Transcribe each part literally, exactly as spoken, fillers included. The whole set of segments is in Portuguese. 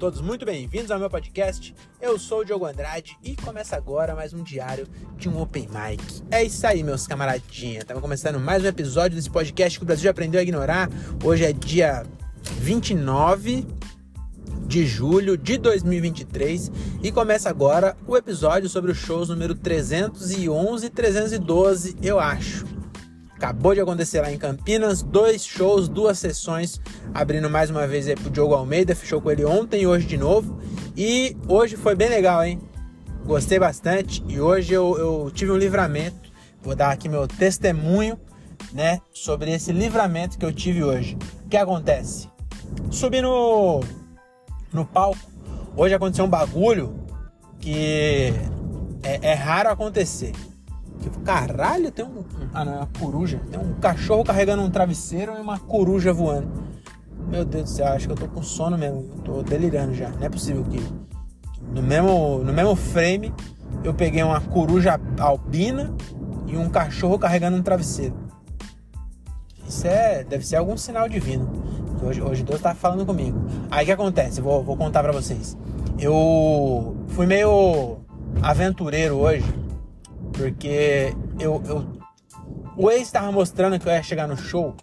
todos muito bem-vindos ao meu podcast. Eu sou o Diogo Andrade e começa agora mais um diário de um Open Mic. É isso aí, meus camaradinhas. Estamos começando mais um episódio desse podcast que o Brasil já aprendeu a ignorar. Hoje é dia vinte e nove de julho de dois mil e vinte e três e começa agora o episódio sobre os shows número trezentos e onze e trezentos e doze, eu acho. Acabou de acontecer lá em Campinas, dois shows, duas sessões, abrindo mais uma vez aí pro Diogo Almeida, fechou com ele ontem e hoje de novo. E hoje foi bem legal, hein? Gostei bastante e hoje eu, eu tive um livramento, vou dar aqui meu testemunho, né, sobre esse livramento que eu tive hoje. O que acontece? Subi no, no palco, hoje aconteceu um bagulho que é, é raro acontecer. Caralho, tem um... Ah, não, é uma coruja. Tem um cachorro carregando um travesseiro e uma coruja voando. Meu Deus do céu, acho que eu tô com sono mesmo. Eu tô delirando já. Não é possível que... No mesmo, no mesmo frame, eu peguei uma coruja albina e um cachorro carregando um travesseiro. Isso é... Deve ser algum sinal divino. Hoje, hoje Deus tá falando comigo. Aí o que acontece? Eu vou, vou contar pra vocês. Eu fui meio aventureiro hoje. Porque eu, eu, o ex estava mostrando que eu ia chegar no show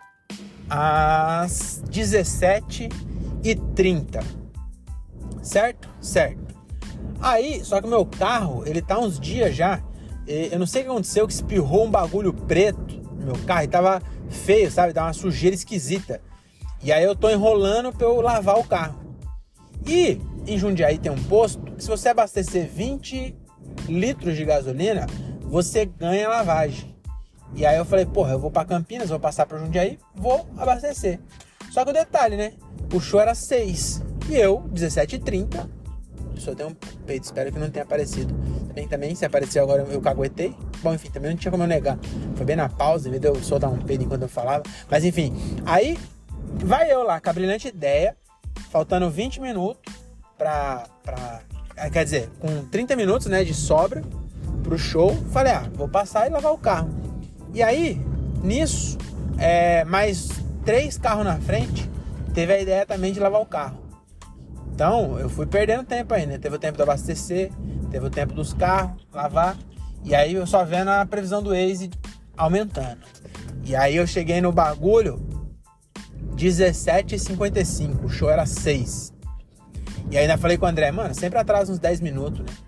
às dezessete e trinta. Certo? Certo. Aí, só que o meu carro, ele tá uns dias já. Eu não sei o que aconteceu, que espirrou um bagulho preto no meu carro e tava feio, sabe? Tava uma sujeira esquisita. E aí eu tô enrolando pra eu lavar o carro. E em Jundiaí tem um posto que se você abastecer vinte litros de gasolina, você ganha lavagem. E aí eu falei, porra, eu vou pra Campinas, vou passar pra Jundiaí, vou abastecer. Só que o detalhe, né? O show era seis e eu, dezessete e trinta, só tenho um peito, espero que não tenha aparecido. Também, também, se apareceu agora eu caguetei. Bom, enfim, também não tinha como eu negar. Foi bem na pausa, me deu soltar um peido enquanto eu falava. Mas enfim, aí vai eu lá, com a brilhante ideia, faltando vinte minutos pra... pra quer dizer, com trinta minutos, né, de sobra pro show, falei, ah, vou passar e lavar o carro. E aí, nisso, é, mais três carros na frente, teve a ideia também de lavar o carro. Então, eu fui perdendo tempo aí, né? Teve o tempo de abastecer, teve o tempo dos carros, lavar. E aí, eu só vendo a previsão do Waze aumentando. E aí, eu cheguei no bagulho dezessete e cinquenta e cinco, o show era seis. E ainda falei com o André, mano, sempre atrasa uns dez minutos, né?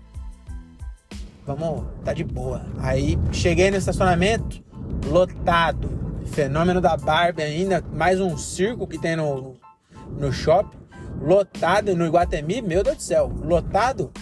Vamos, tá de boa. Aí cheguei no estacionamento, lotado. Fenômeno da Barbie ainda, mais um circo que tem no, no shopping. Lotado no Iguatemi, meu Deus do céu. Lotado.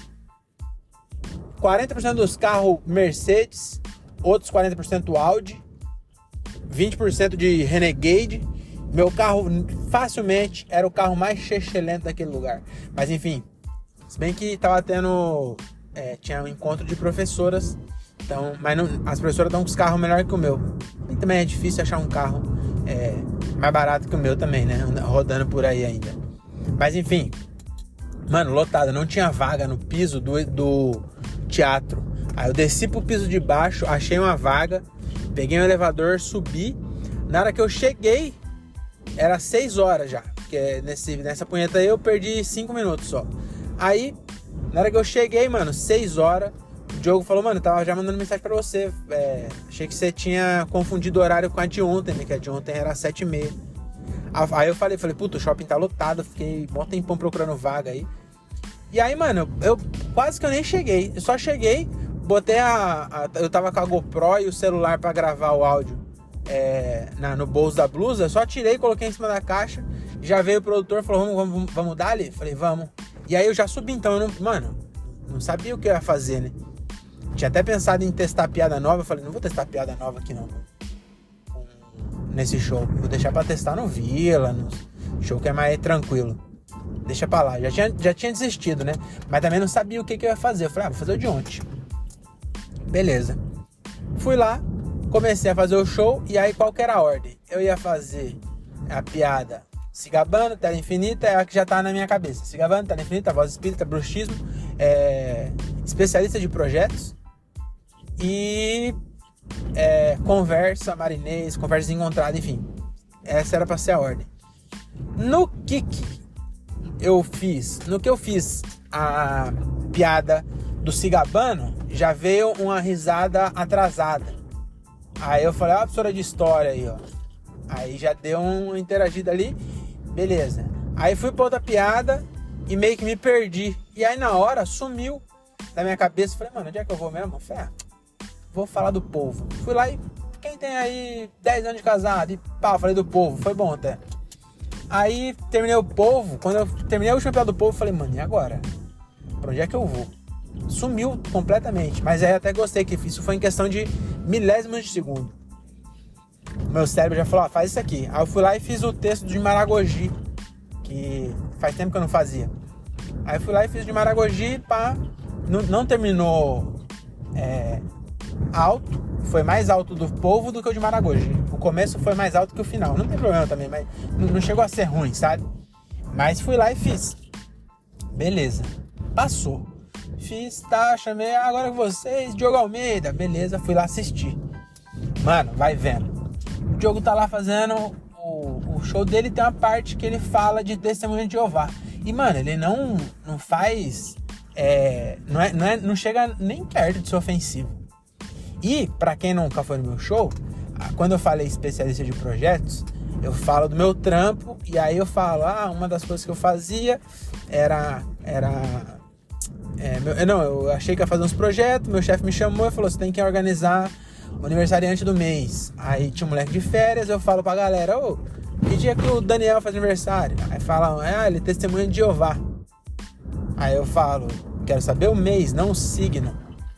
quarenta por cento dos carros Mercedes, outros quarenta por cento Audi, vinte por cento de Renegade. Meu carro facilmente era o carro mais excelente daquele lugar. Mas enfim, se bem que tava tendo... É, tinha um encontro de professoras. Então, mas não, as professoras estão com os carros melhores que o meu. E também é difícil achar um carro é, mais barato que o meu também, né? Rodando por aí ainda. Mas enfim, mano, lotado. Não tinha vaga no piso do, do teatro. Aí eu desci pro piso de baixo, achei uma vaga, peguei um elevador, subi. Na hora que eu cheguei, era seis horas já, porque nesse, nessa punheta aí eu perdi cinco minutos só. Aí, na hora que eu cheguei, mano, seis horas, o Diogo falou, mano, eu tava já mandando mensagem pra você, é, achei que você tinha confundido o horário com a de ontem, né, que a de ontem era sete e meia. Aí eu falei, falei, puta, o shopping tá lotado, fiquei mó tempão procurando vaga aí. E aí, mano, eu, eu quase que eu nem cheguei, eu só cheguei, botei a, a... eu tava com a GoPro e o celular pra gravar o áudio. É, na, no bolso da blusa, só tirei, coloquei em cima da caixa. Já veio o produtor, falou, vamos, vamos, vamos dar ali? Falei, vamos. E aí eu já subi, então, eu não, mano, não sabia o que eu ia fazer, né? Tinha até pensado em testar piada nova. Eu falei, não vou testar piada nova aqui não, nesse show. Vou deixar pra testar no Vila, no show que é mais tranquilo. Deixa pra lá, já tinha, já tinha desistido, né? Mas também não sabia o que, que eu ia fazer. Eu falei, ah, vou fazer o de ontem. Beleza. Fui lá, comecei a fazer o show. E aí qual que era a ordem? Eu ia fazer a piada se gabando, tela infinita, é a que já tá na minha cabeça. Se gabando, tela infinita, voz espírita, bruxismo, é, especialista de projetos e é, conversa, marinês, conversa encontrada, enfim. Essa era pra ser a ordem. No kick, eu fiz, no que eu fiz a piada do Cigabano, já veio uma risada atrasada. Aí eu falei, ó, a professora de história aí, ó. Aí já deu uma interagida ali, beleza. Aí fui pra outra piada e meio que me perdi. E aí na hora sumiu da minha cabeça. Falei, mano, onde é que eu vou mesmo? Falei, ah, vou falar do povo. Fui lá e, quem tem aí dez anos de casado? E pá, falei do povo, foi bom até. Aí terminei o povo, quando eu terminei o último piada do povo, falei, mano, e agora? Pra onde é que eu vou? Sumiu completamente, mas aí até gostei que isso foi em questão de milésimos de segundo. O meu cérebro já falou, ó, faz isso aqui. Aí eu fui lá e fiz o texto de Maragogi, que faz tempo que eu não fazia. Aí eu fui lá e fiz de Maragogi, pá, não, não terminou é, alto, foi mais alto do povo do que o de Maragogi. O começo foi mais alto que o final, não tem problema também, mas não, não chegou a ser ruim, sabe? Mas fui lá e fiz. Beleza, passou. Fiz, tá, chamei, agora com vocês, Diogo Almeida, beleza, fui lá assistir. Mano, vai vendo. O Diogo tá lá fazendo o, o show dele, tem uma parte que ele fala de Testemunho de Jeová. E, mano, ele não, não faz, é, não, é, não, é, não chega nem perto de ser ofensivo. E, pra quem nunca foi no meu show, quando eu falei especialista de projetos, eu falo do meu trampo, e aí eu falo, ah, uma das coisas que eu fazia era... era É, meu, não, eu achei que ia fazer uns projetos, meu chefe me chamou e falou, você tem que organizar o aniversariante do mês. Aí tinha um moleque de férias, eu falo pra galera, ô, que dia que o Daniel faz aniversário? Aí falam, ah, ele é testemunha de Jeová. Aí eu falo, quero saber o mês, não o signo.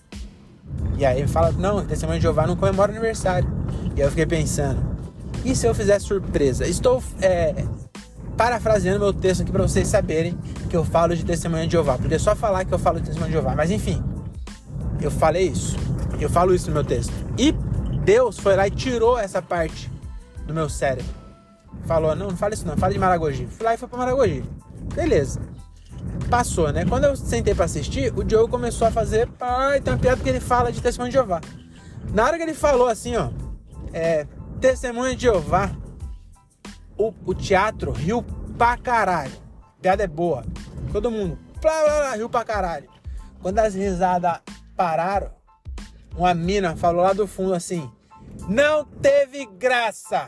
E aí ele fala, não, testemunha de Jeová não comemora aniversário. E aí eu fiquei pensando, e se eu fizesse surpresa? Estou... É, parafraseando meu texto aqui para vocês saberem que eu falo de Testemunha de Jeová. Podia só falar que eu falo de Testemunha de Jeová, mas enfim, eu falei isso, eu falo isso no meu texto. E Deus foi lá e tirou essa parte do meu cérebro. Falou, não, não fala isso não, fala de Maragogi. Fui lá e fui para Maragogi. Beleza. Passou, né? Quando eu sentei para assistir, o Diogo começou a fazer, ah, tem uma piada que ele fala de Testemunha de Jeová. Na hora que ele falou assim, ó, é, Testemunha de Jeová, O, o teatro riu pra caralho. A piada é boa. Todo mundo blá, blá, blá, riu pra caralho. Quando as risadas pararam, uma mina falou lá do fundo assim, não teve graça.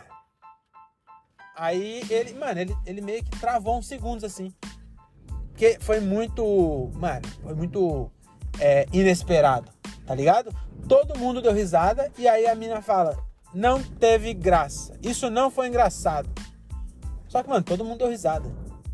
Aí ele, mano, ele, ele meio que travou uns segundos assim. Porque foi muito, mano, foi muito é, inesperado, tá ligado? Todo mundo deu risada e aí a mina fala, não teve graça. Isso não foi engraçado. Só que, mano, todo mundo deu risada.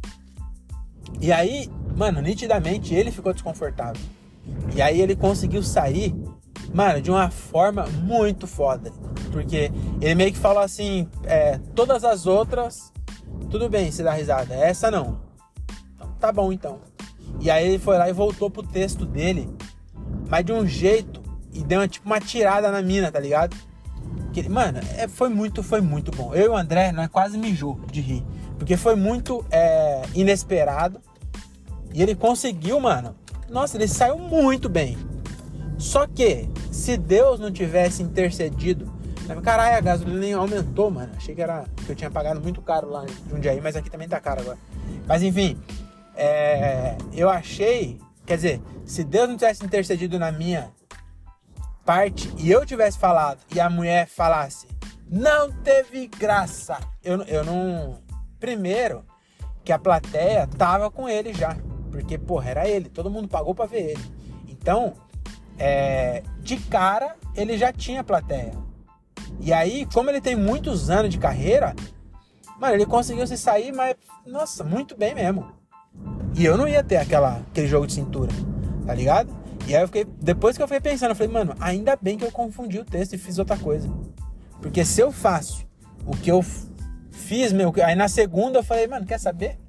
E aí, mano, nitidamente ele ficou desconfortável. E aí ele conseguiu sair, mano, de uma forma muito foda. Porque ele meio que falou assim, é, todas as outras, tudo bem se dá risada, essa não. Então, tá bom então. E aí ele foi lá e voltou pro texto dele, mas de um jeito, e deu uma, tipo uma tirada na mina, tá ligado? Que, mano, é, foi muito, foi muito bom. Eu e o André, nós quase mijou de rir. Porque foi muito é, inesperado. E ele conseguiu, mano. Nossa, ele saiu muito bem. Só que, se Deus não tivesse intercedido... Caralho, a gasolina nem aumentou, mano. Achei que era que eu tinha pagado muito caro lá em Jundiaí, mas aqui também tá caro agora. Mas enfim, é, eu achei... Quer dizer, se Deus não tivesse intercedido na minha parte e eu tivesse falado e a mulher falasse, não teve graça, eu, eu não... Primeiro, que a plateia tava com ele já, porque, porra, era ele, todo mundo pagou pra ver ele. Então, é, de cara, ele já tinha plateia. E aí, como ele tem muitos anos de carreira, mano, ele conseguiu se sair, mas, nossa, muito bem mesmo. E eu não ia ter aquela, aquele jogo de cintura, tá ligado? E aí eu fiquei, depois que eu fiquei pensando, eu falei, mano, ainda bem que eu confundi o texto e fiz outra coisa. Porque se eu faço o que eu fiz, meu, aí na segunda eu falei, mano, quer saber?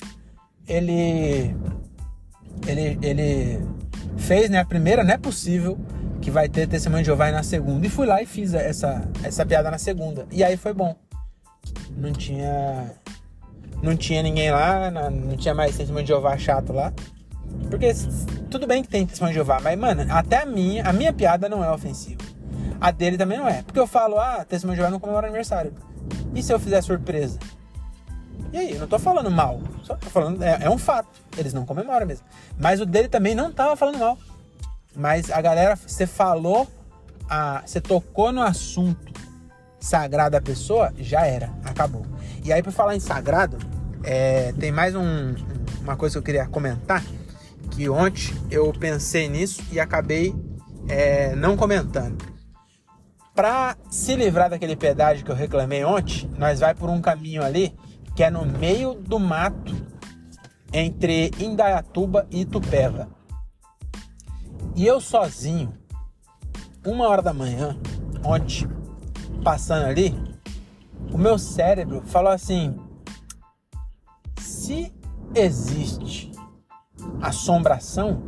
Ele, ele, ele fez, né, a primeira, não é possível que vai ter Testemunho de Jeová na segunda. E fui lá e fiz essa, essa piada na segunda. E aí foi bom. Não tinha, não tinha ninguém lá, não, não tinha mais Testemunho de Jeová chato lá. Porque tudo bem que tem Testemunho de Jeová, mas, mano, até a minha, a minha piada não é ofensiva. A dele também não é. Porque eu falo, ah, Testemunho de Jeová não comemora aniversário. E se eu fizer surpresa? E aí, eu não tô falando mal. Só tô falando, é, é um fato. Eles não comemoram mesmo. Mas o dele também não tava falando mal. Mas a galera, você falou, a, você tocou no assunto sagrado da pessoa, já era, acabou. E aí, por falar em sagrado, é, tem mais um, uma coisa que eu queria comentar, que ontem eu pensei nisso e acabei é, não comentando. Para se livrar daquele pedágio que eu reclamei ontem, nós vai por um caminho ali, que é no meio do mato, entre Indaiatuba e Itupeva. E eu sozinho, uma hora da manhã, ontem, passando ali, o meu cérebro falou assim: se existe assombração,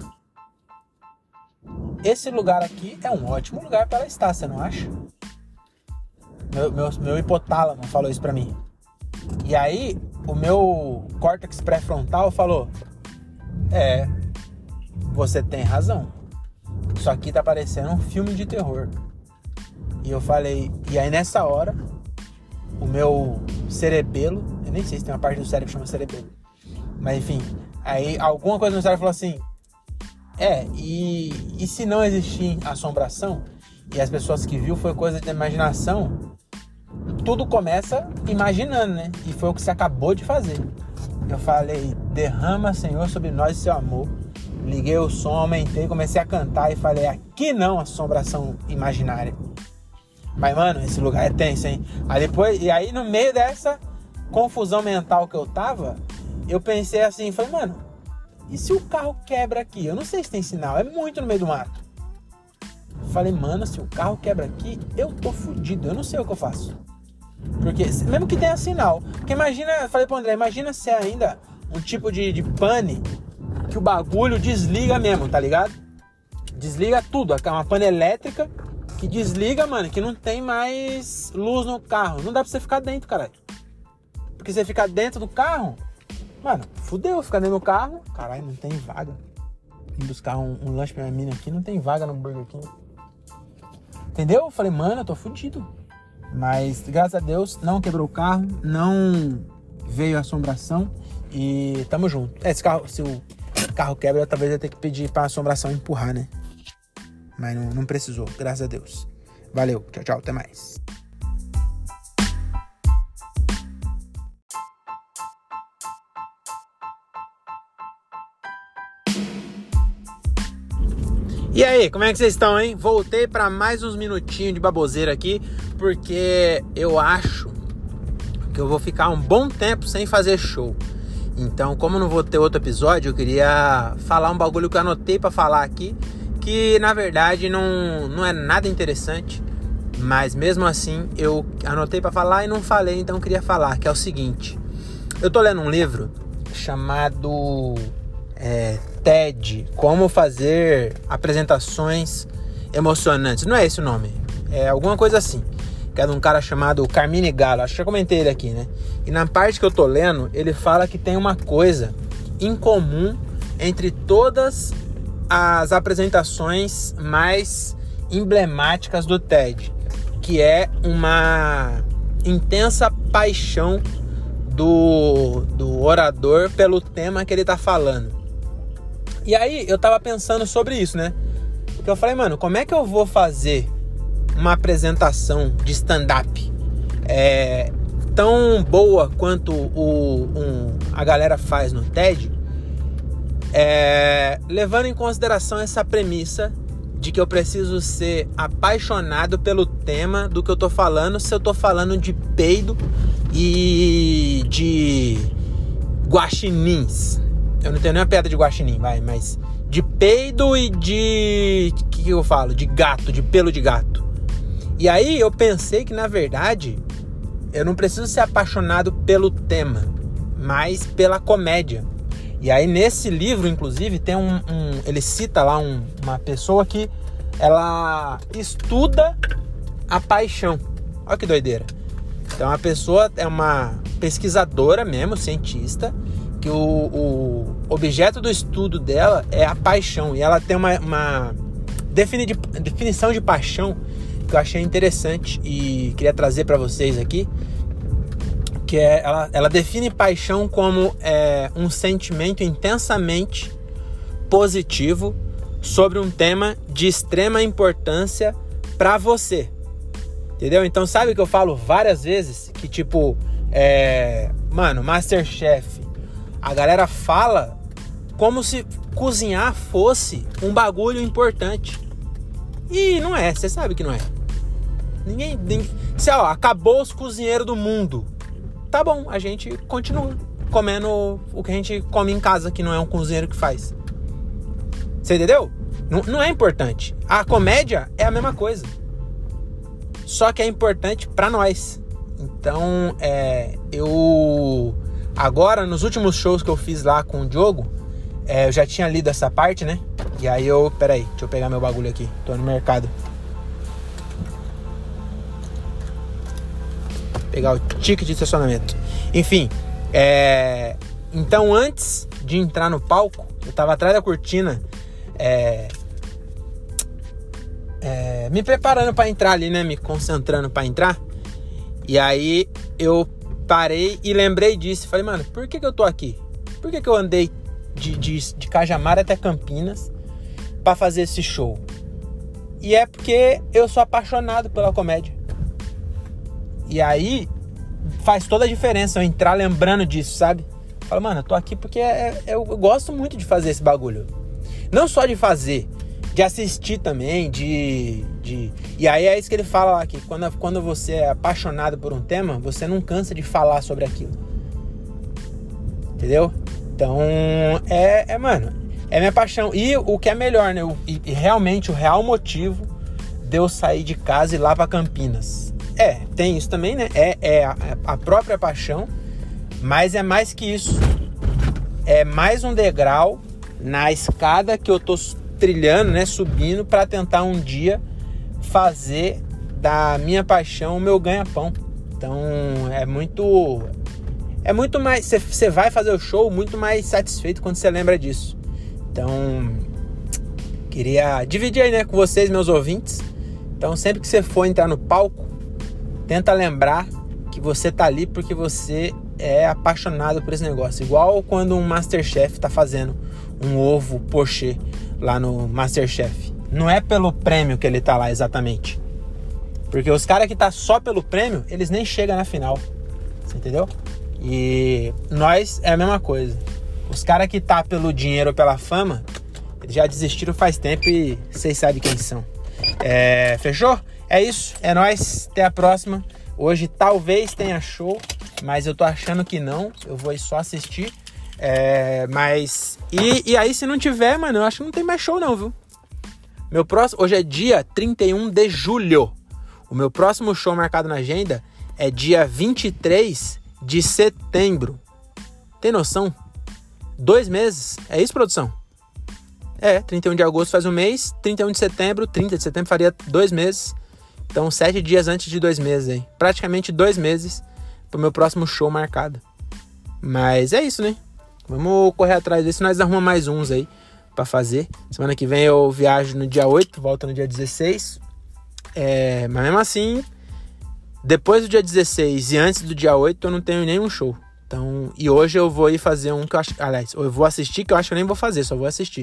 esse lugar aqui é um ótimo lugar para estar, você não acha? Meu, meu, meu hipotálamo falou isso pra mim. E aí, o meu córtex pré-frontal falou: é, você tem razão. Isso aqui tá parecendo um filme de terror. E eu falei, e aí nessa hora, o meu cerebelo, eu nem sei se tem uma parte do cérebro que chama cerebelo, mas enfim, aí alguma coisa no cérebro falou assim: é, e, e se não existir assombração, e as pessoas que viu foi coisa de imaginação, tudo começa imaginando, né? E foi o que você acabou de fazer. Eu falei: derrama, Senhor, sobre nós seu amor. Liguei o som, aumentei, comecei a cantar e falei: aqui não, assombração imaginária. Mas, mano, esse lugar é tenso, hein? Aí depois, e aí no meio dessa confusão mental que eu tava, eu pensei assim, falei: mano, e se o carro quebra aqui? Eu não sei se tem sinal, é muito no meio do mato. Falei: mano, se o carro quebra aqui, eu tô fudido, eu não sei o que eu faço. Porque, mesmo que tenha sinal, porque imagina, eu falei pro André, imagina se é ainda um tipo de, de pane que o bagulho desliga mesmo, tá ligado? Desliga tudo, é uma pane elétrica que desliga, mano, que não tem mais luz no carro. Não dá pra você ficar dentro, caralho. Porque você ficar dentro do carro, mano, fudeu, ficar dentro do carro, caralho, não tem vaga. Vim buscar um, um lanche pra minha mina aqui, não tem vaga no Burger King. Entendeu? Eu falei: mano, eu tô fudido. Mas, graças a Deus, não quebrou o carro, não veio assombração e tamo junto. É, esse carro, se o carro quebra, talvez eu tenha que pedir pra assombração empurrar, né? Mas não, não precisou, graças a Deus. Valeu, tchau, tchau, até mais. E aí, como é que vocês estão, hein? Voltei para mais uns minutinhos de baboseira aqui, porque eu acho que eu vou ficar um bom tempo sem fazer show. Então, como não vou ter outro episódio, eu queria falar um bagulho que eu anotei para falar aqui, que na verdade não, não é nada interessante, mas mesmo assim eu anotei para falar e não falei, então eu queria falar, que é o seguinte: eu tô lendo um livro chamado é, TED, Como Fazer Apresentações Emocionantes. Não é esse o nome, é alguma coisa assim, que é de um cara chamado Carmine Gallo, acho que já comentei ele aqui, né? E na parte que eu tô lendo, ele fala que tem uma coisa em comum entre todas as apresentações mais emblemáticas do TED, que é uma intensa paixão do, do orador pelo tema que ele tá falando. E aí eu tava pensando sobre isso, né? Porque eu falei: mano, como é que eu vou fazer uma apresentação de stand-up é, tão boa quanto o, um, a galera faz no TED, é, levando em consideração essa premissa de que eu preciso ser apaixonado pelo tema do que eu tô falando, se eu tô falando de peido e de guaxinins. Eu não tenho nem uma piada de guaxinim, vai, mas de peido e de... o que, que eu falo? De gato, de pelo de gato. E aí eu pensei que, na verdade, eu não preciso ser apaixonado pelo tema, mas pela comédia. E aí nesse livro, inclusive, tem um... um ele cita lá um, uma pessoa que ela estuda a paixão. Olha que doideira. Então a pessoa é uma pesquisadora mesmo, cientista, que o, o objeto do estudo dela é a paixão. E ela tem uma, uma defini, definição de paixão que eu achei interessante e queria trazer para vocês aqui. que é, ela, ela define paixão como é, um sentimento intensamente positivo sobre um tema de extrema importância para você. Entendeu? Então sabe que eu falo várias vezes que tipo, é, mano, MasterChef, a galera fala como se cozinhar fosse um bagulho importante. E não é, você sabe que não é. Ninguém, ninguém se, ó, acabou os cozinheiros do mundo. Tá bom, a gente continua comendo o que a gente come em casa, que não é um cozinheiro que faz. Você entendeu? Não, não é importante. A comédia é a mesma coisa. Só que é importante pra nós. Então, é, eu... Agora, nos últimos shows que eu fiz lá com o Diogo, é, eu já tinha lido essa parte, né? E aí eu... Peraí, deixa eu pegar meu bagulho aqui. Tô no mercado. Pegar o ticket de estacionamento. Enfim, é... Então, antes de entrar no palco, eu tava atrás da cortina... É, é, me preparando pra entrar ali, né? Me concentrando pra entrar. E aí eu parei e lembrei disso. Falei, mano, por que que eu tô aqui? Por que que eu andei de, de, de Cajamar até Campinas pra fazer esse show? E é porque eu sou apaixonado pela comédia. E aí faz toda a diferença eu entrar lembrando disso, sabe? Falo, mano, eu tô aqui porque é, eu gosto muito de fazer esse bagulho. Não só de fazer, de assistir também, de, de... E aí é isso que ele fala lá, que quando, quando você é apaixonado por um tema, você não cansa de falar sobre aquilo. Entendeu? Então, é, é mano, é minha paixão. E o que é melhor, né? O, e, e realmente o real motivo de eu sair de casa e ir lá pra Campinas. É, tem isso também, né? É, é a, a própria paixão, mas é mais que isso. É mais um degrau na escada que eu tô trilhando, né, subindo para tentar um dia fazer da minha paixão o meu ganha-pão. Então é muito é muito mais, você vai fazer o show muito mais satisfeito quando você lembra disso. Então queria dividir aí, né, com vocês, meus ouvintes. Então sempre que você for entrar no palco, tenta lembrar que você tá ali porque você é apaixonado por esse negócio, igual quando um MasterChef tá fazendo um ovo pochê lá no MasterChef. Não é pelo prêmio que ele tá lá exatamente. Porque os caras que tá só pelo prêmio, eles nem chegam na final. Você entendeu? E nós é a mesma coisa. Os caras que tá pelo dinheiro ou pela fama, eles já desistiram faz tempo e vocês sabem quem são. É, fechou? É isso. É nóis. Até a próxima. Hoje talvez tenha show, mas eu tô achando que não. Eu vou só assistir. É, mas... E, e aí, se não tiver, mano, eu acho que não tem mais show não, viu? Meu próximo... Hoje é dia trinta e um de julho. O meu próximo show marcado na agenda é dia vinte e três de setembro. Tem noção? Dois meses. É isso, produção? É, trinta e um de agosto faz um mês. trinta e um de setembro, trinta de setembro faria dois meses. Então, sete dias antes de dois meses aí. Praticamente dois meses pro meu próximo show marcado. Mas é isso, né? Vamos correr atrás desse, nós arrumamos mais uns aí pra fazer. Semana que vem eu viajo no dia oito, volto no dia dezesseis. É, mas mesmo assim, depois do dia dezesseis e antes do dia oito eu não tenho nenhum show. Então, e hoje eu vou ir fazer um que eu acho... Aliás, eu vou assistir, que eu acho que eu nem vou fazer, só vou assistir.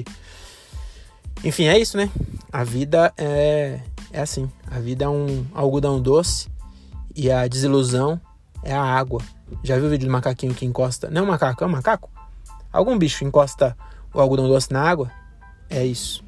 Enfim, é isso, né? A vida é, é assim. A vida é um algodão doce e a desilusão é a água. Já viu o vídeo do macaquinho que encosta... Não é um macaco, é um macaco? Algum bicho encosta o algodão doce na água? É isso.